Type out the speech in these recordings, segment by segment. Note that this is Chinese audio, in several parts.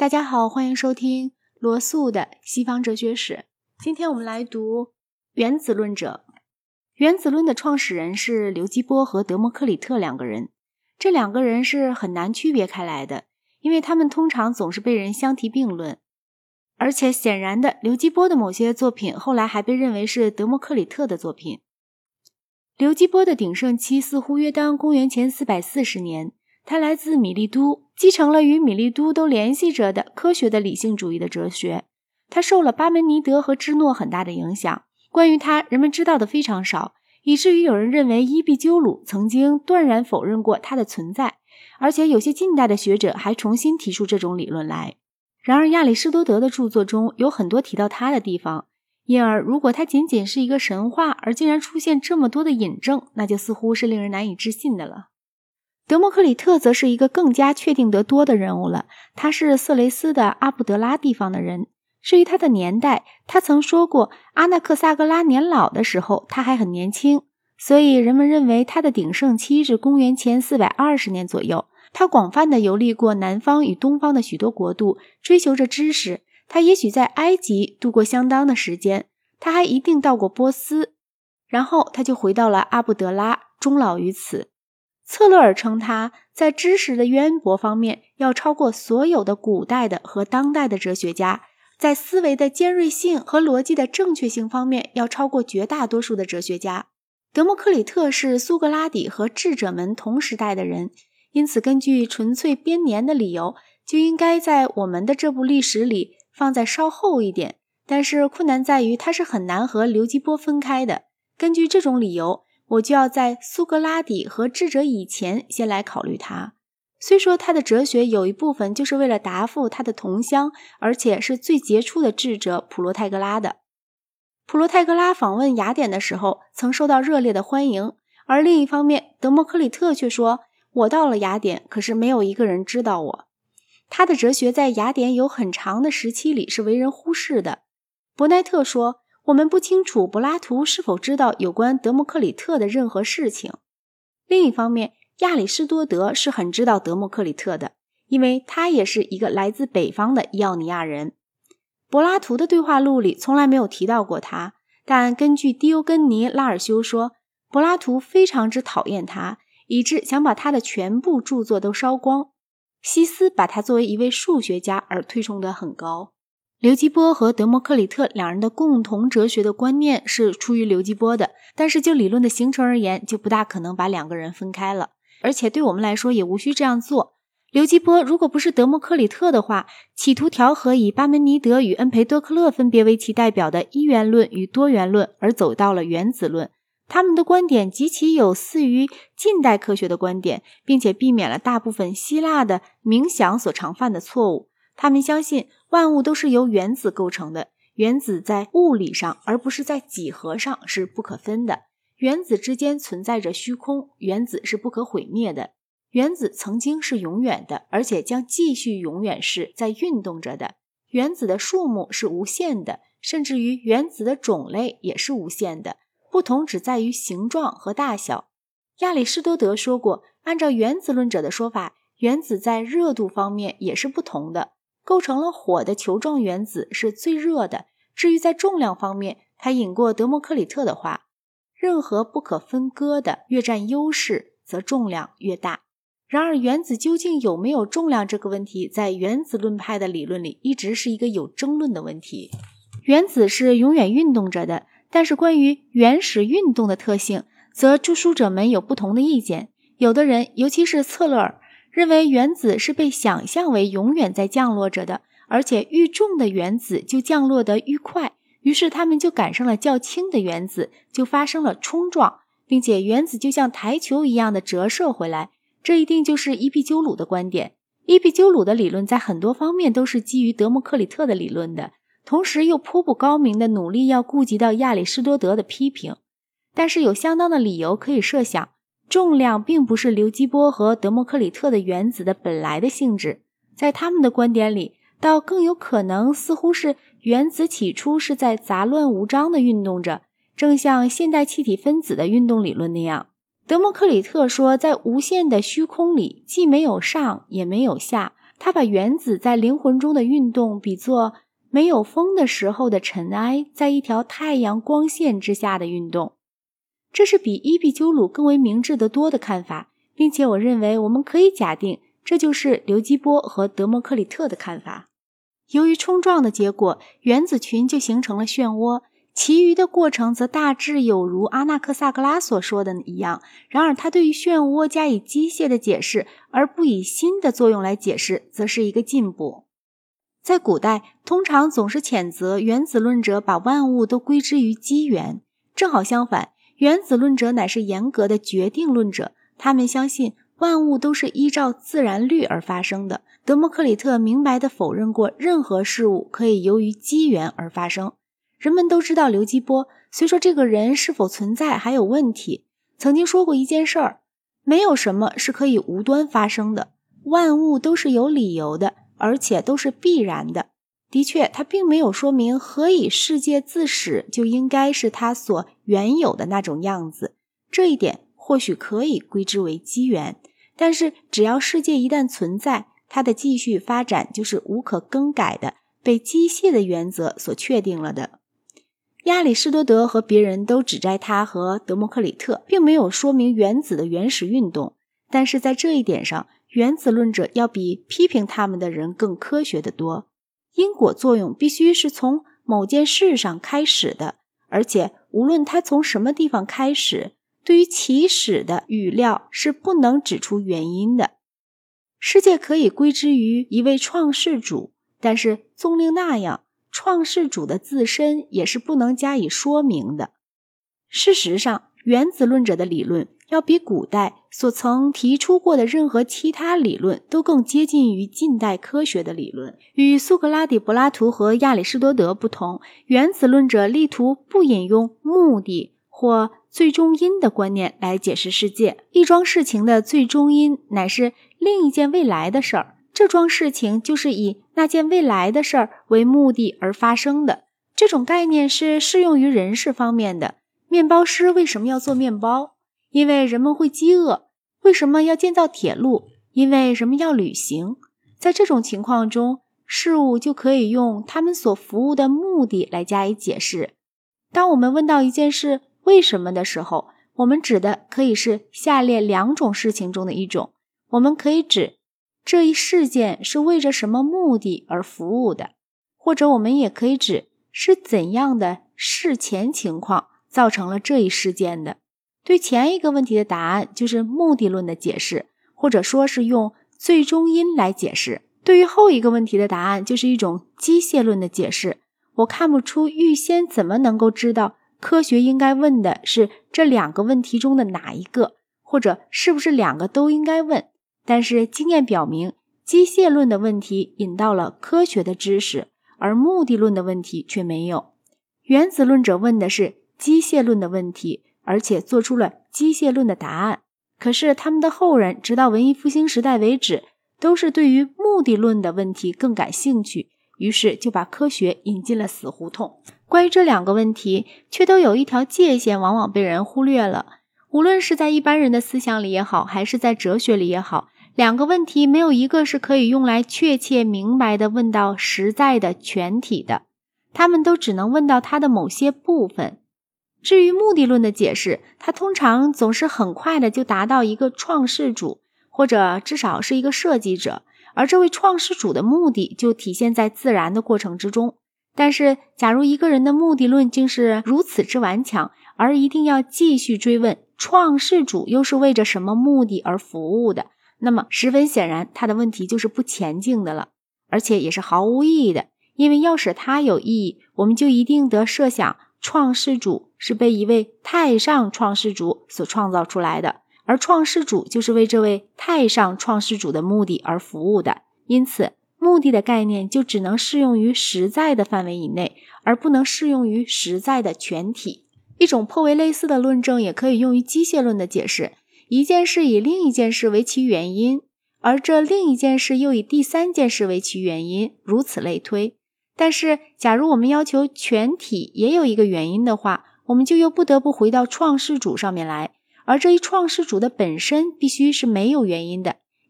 大家好，欢迎收听罗素的西方哲学史。今天我们来读原子论者。原子论的创始人是刘基波和德谟克里特两个人。这两个人是很难区别开来的，因为他们通常总是被人相提并论。而且显然的，刘基波的某些作品后来还被认为是德谟克里特的作品。刘基波的鼎盛期似乎约当公元前440年，他来自米利都，继承了与米利都都联系着的科学的理性主义的哲学。他受了巴门尼德和芝诺很大的影响，关于他人们知道的非常少，以至于有人认为伊壁鸠鲁曾经断然否认过他的存在，而且有些近代的学者还重新提出这种理论来。然而亚里士多德的著作中有很多提到他的地方，因而如果他仅仅是一个神话，而竟然出现这么多的引证，那就似乎是令人难以置信的了。德谟克里特则是一个更加确定得多的人物了，他是色雷斯的阿布德拉地方的人。至于他的年代，他曾说过阿纳克萨格拉年老的时候他还很年轻，所以人们认为他的鼎盛期是公元前420年左右。他广泛地游历过南方与东方的许多国度，追求着知识。他也许在埃及度过相当的时间，他还一定到过波斯，然后他就回到了阿布德拉，终老于此。策勒尔称他在知识的渊博方面要超过所有的古代的和当代的哲学家，在思维的尖锐性和逻辑的正确性方面要超过绝大多数的哲学家。德谟克里特是苏格拉底和智者们同时代的人，因此根据纯粹编年的理由，就应该在我们的这部历史里放在稍后一点，但是困难在于它是很难和刘基波分开的。根据这种理由，我就要在苏格拉底和智者以前先来考虑他。虽说他的哲学有一部分就是为了答复他的同乡，而且是最杰出的智者普罗泰戈拉的。普罗泰戈拉访问雅典的时候曾受到热烈的欢迎，而另一方面德谟克里特却说，我到了雅典，可是没有一个人知道我。他的哲学在雅典有很长的时期里是为人忽视的。伯奈特说，我们不清楚柏拉图是否知道有关德谟克里特的任何事情。另一方面，亚里士多德是很知道德谟克里特的，因为他也是一个来自北方的伊奥尼亚人。柏拉图的对话录里从来没有提到过他，但根据狄欧根尼拉尔修说，柏拉图非常之讨厌他，以致想把他的全部著作都烧光。西斯把他作为一位数学家而推崇得很高。刘基波和德谟克里特两人的共同哲学的观念是出于刘基波的，但是就理论的形成而言，就不大可能把两个人分开了，而且对我们来说也无需这样做。刘基波如果不是德谟克里特的话，企图调和以巴门尼德与恩培多克勒分别为其代表的一元论与多元论，而走到了原子论。他们的观点极其有似于近代科学的观点，并且避免了大部分希腊的冥想所常犯的错误。他们相信万物都是由原子构成的，原子在物理上而不是在几何上是不可分的，原子之间存在着虚空，原子是不可毁灭的，原子曾经是永远的，而且将继续永远是在运动着的，原子的数目是无限的，甚至于原子的种类也是无限的，不同只在于形状和大小。亚里士多德说过，按照原子论者的说法，原子在热度方面也是不同的，构成了火的球状原子是最热的。至于在重量方面，他引过德谟克里特的话，任何不可分割的越占优势，则重量越大。然而原子究竟有没有重量这个问题，在原子论派的理论里一直是一个有争论的问题。原子是永远运动着的，但是关于原始运动的特性，则著书者们有不同的意见。有的人，尤其是策勒尔，认为原子是被想象为永远在降落着的，而且愈重的原子就降落得愈快，于是他们就赶上了较轻的原子，就发生了冲撞，并且原子就像台球一样的折射回来。这一定就是伊壁鸠鲁的观点。伊壁鸠鲁的理论在很多方面都是基于德谟克里特的理论的，同时又颇不高明的努力要顾及到亚里士多德的批评。但是有相当的理由可以设想，重量并不是刘基波和德谟克里特的原子的本来的性质，在他们的观点里，倒更有可能似乎是原子起初是在杂乱无章地运动着，正像现代气体分子的运动理论那样。德谟克里特说，在无限的虚空里既没有上也没有下， 他把原子在灵魂中的运动比作没有风的时候的尘埃在一条太阳光线之下的运动。这是比伊壁鸠鲁更为明智得多的看法，并且我认为我们可以假定这就是刘基波和德谟克里特的看法。由于冲撞的结果，原子群就形成了漩涡，其余的过程则大致有如阿纳克萨格拉所说的一样。然而他对于漩涡加以机械的解释，而不以心的作用来解释，则是一个进步。在古代，通常总是谴责原子论者把万物都归之于机缘，正好相反，原子论者乃是严格的决定论者，他们相信万物都是依照自然律而发生的。德谟克里特明白地否认过任何事物可以由于机缘而发生。人们都知道刘基波，虽说这个人是否存在还有问题，曾经说过一件事儿，没有什么是可以无端发生的，万物都是有理由的，而且都是必然的。的确，他并没有说明何以世界自始就应该是他所原有的那种样子，这一点或许可以归之为机缘，但是只要世界一旦存在，它的继续发展就是无可更改的，被机械的原则所确定了的。亚里士多德和别人都指摘他和德谟克里特并没有说明原子的原始运动，但是在这一点上，原子论者要比批评他们的人更科学得多。因果作用必须是从某件事上开始的，而且无论它从什么地方开始，对于起始的语料是不能指出原因的。世界可以归之于一位创世主，但是纵令那样，创世主的自身也是不能加以说明的。事实上，原子论者的理论要比古代所曾提出过的任何其他理论都更接近于近代科学的理论。与苏格拉底、柏拉图和亚里士多德不同，原子论者力图不引用目的或最终因的观念来解释世界。一桩事情的最终因乃是另一件未来的事儿，这桩事情就是以那件未来的事儿为目的而发生的。这种概念是适用于人事方面的。面包师为什么要做面包？因为人们会饥饿。为什么要建造铁路？因为人们要旅行。在这种情况中，事物就可以用他们所服务的目的来加以解释。当我们问到一件事为什么的时候，我们指的可以是下列两种事情中的一种。我们可以指这一事件是为着什么目的而服务的，或者我们也可以指是怎样的事前情况造成了这一事件的。对前一个问题的答案就是目的论的解释，或者说是用最终因来解释。对于后一个问题的答案就是一种机械论的解释。我看不出预先怎么能够知道科学应该问的是这两个问题中的哪一个，或者是不是两个都应该问。但是经验表明，机械论的问题引到了科学的知识，而目的论的问题却没有。原子论者问的是机械论的问题，而且做出了机械论的答案。可是他们的后人直到文艺复兴时代为止，都是对于目的论的问题更感兴趣，于是就把科学引进了死胡同。关于这两个问题，却都有一条界限往往被人忽略了。无论是在一般人的思想里也好，还是在哲学里也好，两个问题没有一个是可以用来确切明白地问到实在的全体的，他们都只能问到它的某些部分。至于目的论的解释，它通常总是很快的就达到一个创世主，或者至少是一个设计者，而这位创世主的目的就体现在自然的过程之中。但是假如一个人的目的论竟是如此之顽强，而一定要继续追问创世主又是为着什么目的而服务的，那么十分显然他的问题就是不前进的了，而且也是毫无意义的。因为要使它有意义，我们就一定得设想创世主是被一位太上创世主所创造出来的，而创世主就是为这位太上创世主的目的而服务的。因此目的的概念就只能适用于实在的范围以内，而不能适用于实在的全体。一种颇为类似的论证也可以用于机械论的解释，一件事以另一件事为其原因，而这另一件事又以第三件事为其原因，如此类推。但是假如我们要求全体也有一个原因的话，我们就又不得不回到创世主上面来，而这一创世主的本身必须是没有原因的，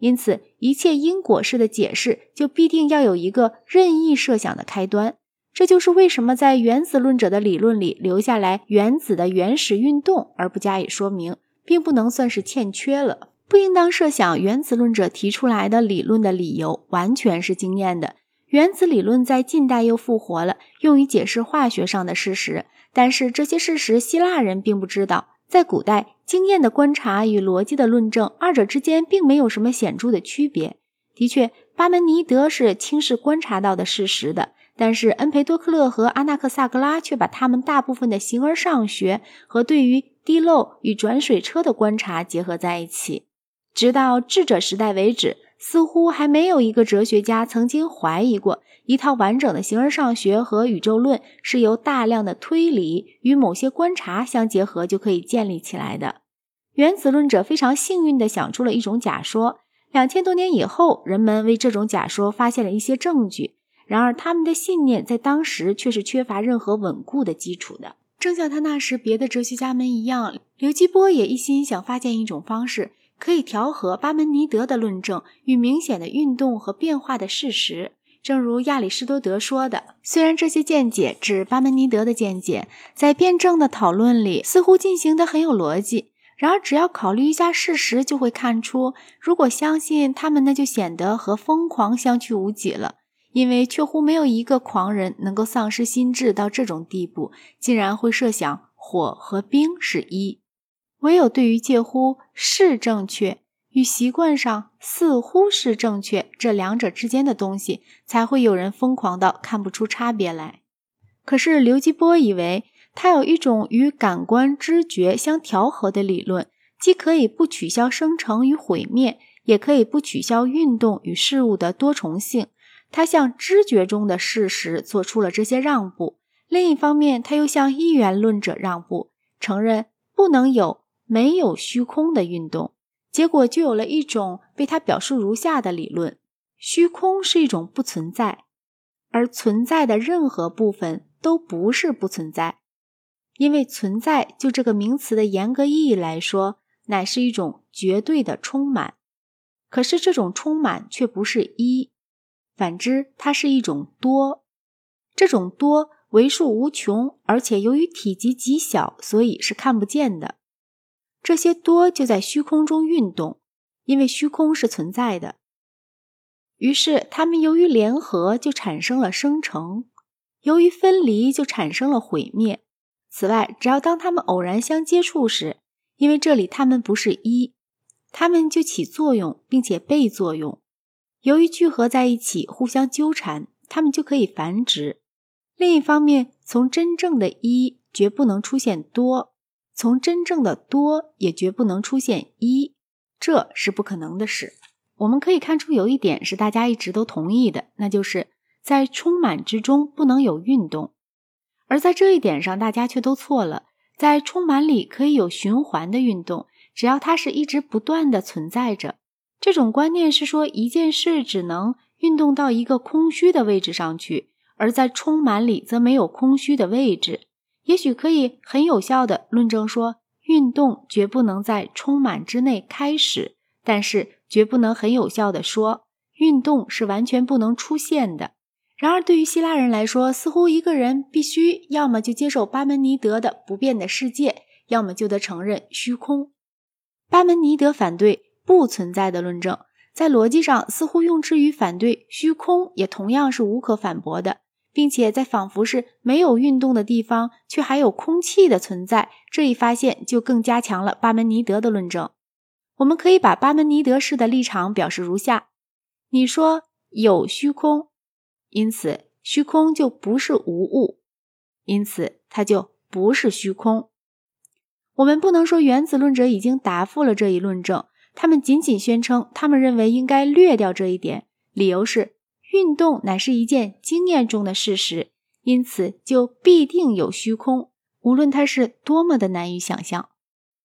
因此一切因果式的解释就必定要有一个任意设想的开端。这就是为什么在原子论者的理论里留下来原子的原始运动而不加以说明，并不能算是欠缺了。不应当设想原子论者提出来的理论的理由完全是经验的。原子理论在近代又复活了，用于解释化学上的事实，但是这些事实希腊人并不知道。在古代，经验的观察与逻辑的论证，二者之间并没有什么显著的区别。的确，巴门尼德是轻视观察到的事实的，但是恩培多克勒和阿纳克萨格拉却把他们大部分的形而上学和对于滴漏与转水车的观察结合在一起。直到智者时代为止，似乎还没有一个哲学家曾经怀疑过一套完整的形而上学和宇宙论是由大量的推理与某些观察相结合就可以建立起来的。原子论者非常幸运地想出了一种假说，2000多年以后，人们为这种假说发现了一些证据，然而他们的信念在当时却是缺乏任何稳固的基础的。正像他那时别的哲学家们一样，刘基波也一心想发现一种方式，可以调和巴门尼德的论证与明显的运动和变化的事实。正如亚里士多德说的，虽然这些见解指巴门尼德的见解在辩证的讨论里似乎进行得很有逻辑，然而只要考虑一下事实，就会看出如果相信他们，那就显得和疯狂相去无几了。因为确乎没有一个狂人能够丧失心智到这种地步，竟然会设想火和冰是一。唯有对于介乎是正确与习惯上似乎是正确这两者之间的东西，才会有人疯狂到看不出差别来。可是刘基波以为他有一种与感官知觉相调和的理论，既可以不取消生成与毁灭，也可以不取消运动与事物的多重性。他向知觉中的事实做出了这些让步，另一方面他又向一元论者让步，承认不能有没有虚空的运动，结果就有了一种被他表述如下的理论：虚空是一种不存在，而存在的任何部分都不是不存在，因为存在就这个名词的严格意义来说，乃是一种绝对的充满。可是这种充满却不是一，反之它是一种多。这种多为数无穷，而且由于体积极小，所以是看不见的。这些多就在虚空中运动，因为虚空是存在的。于是它们由于联合就产生了生成，由于分离就产生了毁灭。此外，只要当它们偶然相接触时，因为这里它们不是一，它们就起作用并且被作用。由于聚合在一起互相纠缠，它们就可以繁殖。另一方面，从真正的一绝不能出现多，从真正的多也绝不能出现一，这是不可能的事。我们可以看出有一点是大家一直都同意的，那就是在充满之中不能有运动。而在这一点上大家却都错了，在充满里可以有循环的运动，只要它是一直不断地存在着。这种观念是说一件事只能运动到一个空虚的位置上去，而在充满里则没有空虚的位置。也许可以很有效地论证说，运动绝不能在充满之内开始，但是绝不能很有效地说，运动是完全不能出现的。然而对于希腊人来说，似乎一个人必须要么就接受巴门尼德的不变的世界，要么就得承认虚空。巴门尼德反对不存在的论证，在逻辑上似乎用之于反对虚空也同样是无可反驳的，并且在仿佛是没有运动的地方却还有空气的存在，这一发现就更加强了巴门尼德的论证。我们可以把巴门尼德式的立场表示如下：你说有虚空，因此虚空就不是无物，因此它就不是虚空。我们不能说原子论者已经答复了这一论证，他们仅仅宣称他们认为应该略掉这一点，理由是运动乃是一件经验中的事实，因此就必定有虚空，无论它是多么的难以想象。